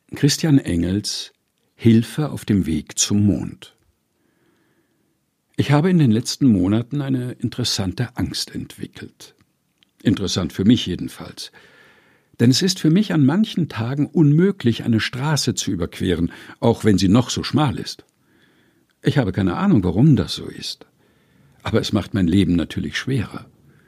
Christian Engels Hilfe auf dem Weg zum Mond. Ich habe in den letzten Monaten eine interessante Angst entwickelt. Interessant für mich jedenfalls. Denn es ist für mich an manchen Tagen unmöglich, eine Straße zu überqueren, auch wenn sie noch so schmal ist. Ich habe keine Ahnung, warum das so ist. Aber es macht mein Leben natürlich schwerer.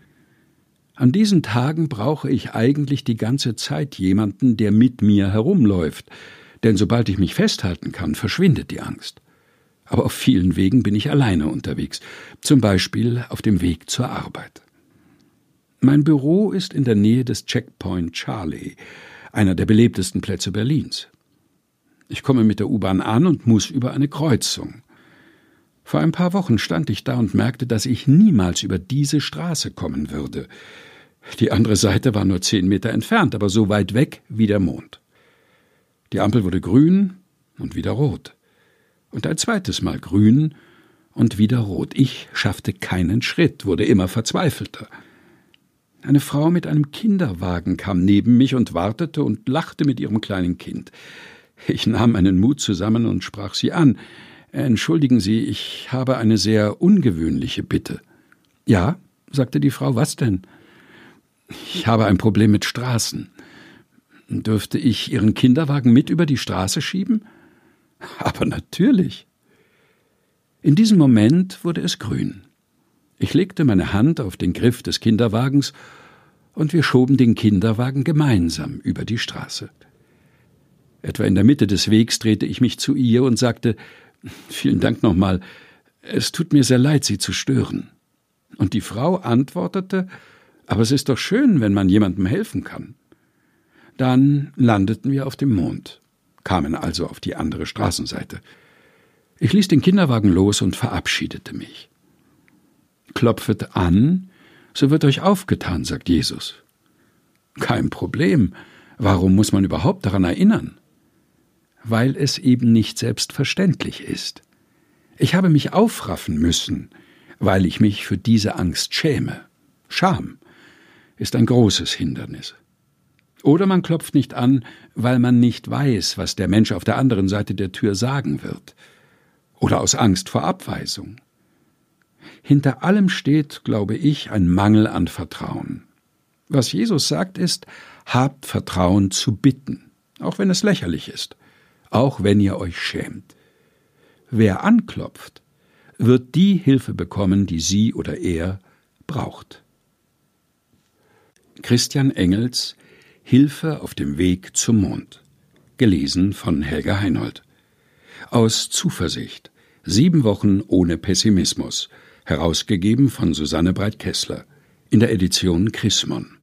An diesen Tagen brauche ich eigentlich die ganze Zeit jemanden, der mit mir herumläuft, denn sobald ich mich festhalten kann, verschwindet die Angst. Aber auf vielen Wegen bin ich alleine unterwegs, zum Beispiel auf dem Weg zur Arbeit. Mein Büro ist in der Nähe des Checkpoint Charlie, einer der belebtesten Plätze Berlins. Ich komme mit der U-Bahn an und muss über eine Kreuzung. Vor ein paar Wochen stand ich da und merkte, dass ich niemals über diese Straße kommen würde. Die andere Seite war nur 10 Meter entfernt, aber so weit weg wie der Mond. Die Ampel wurde grün und wieder rot. Und ein zweites Mal grün und wieder rot. Ich schaffte keinen Schritt, wurde immer verzweifelter. Eine Frau mit einem Kinderwagen kam neben mich und wartete und lachte mit ihrem kleinen Kind. Ich nahm meinen Mut zusammen und sprach sie an. »Entschuldigen Sie, ich habe eine sehr ungewöhnliche Bitte.« »Ja«, sagte die Frau, »was denn?« »Ich habe ein Problem mit Straßen. Dürfte ich Ihren Kinderwagen mit über die Straße schieben?« »Aber natürlich.« In diesem Moment wurde es grün. Ich legte meine Hand auf den Griff des Kinderwagens und wir schoben den Kinderwagen gemeinsam über die Straße. Etwa in der Mitte des Wegs drehte ich mich zu ihr und sagte, »Vielen Dank nochmal, es tut mir sehr leid, Sie zu stören.« Und die Frau antwortete, »Aber es ist doch schön, wenn man jemandem helfen kann.« Dann landeten wir auf dem Mond, kamen also auf die andere Straßenseite. Ich ließ den Kinderwagen los und verabschiedete mich. »Klopfet an, so wird euch aufgetan«, sagt Jesus. Kein Problem. Warum muss man überhaupt daran erinnern? Weil es eben nicht selbstverständlich ist. Ich habe mich aufraffen müssen, weil ich mich für diese Angst schäme. Scham ist ein großes Hindernis. Oder man klopft nicht an, weil man nicht weiß, was der Mensch auf der anderen Seite der Tür sagen wird. Oder aus Angst vor Abweisung. Hinter allem steht, glaube ich, ein Mangel an Vertrauen. Was Jesus sagt ist, habt Vertrauen zu bitten, auch wenn es lächerlich ist, auch wenn ihr euch schämt. Wer anklopft, wird die Hilfe bekommen, die sie oder er braucht. Christian Engels Hilfe auf dem Weg zum Mond. Gelesen von Helga Heinold. Aus Zuversicht. 7 Wochen ohne Pessimismus. Herausgegeben von Susanne Breit-Kessler. In der Edition Chrismon.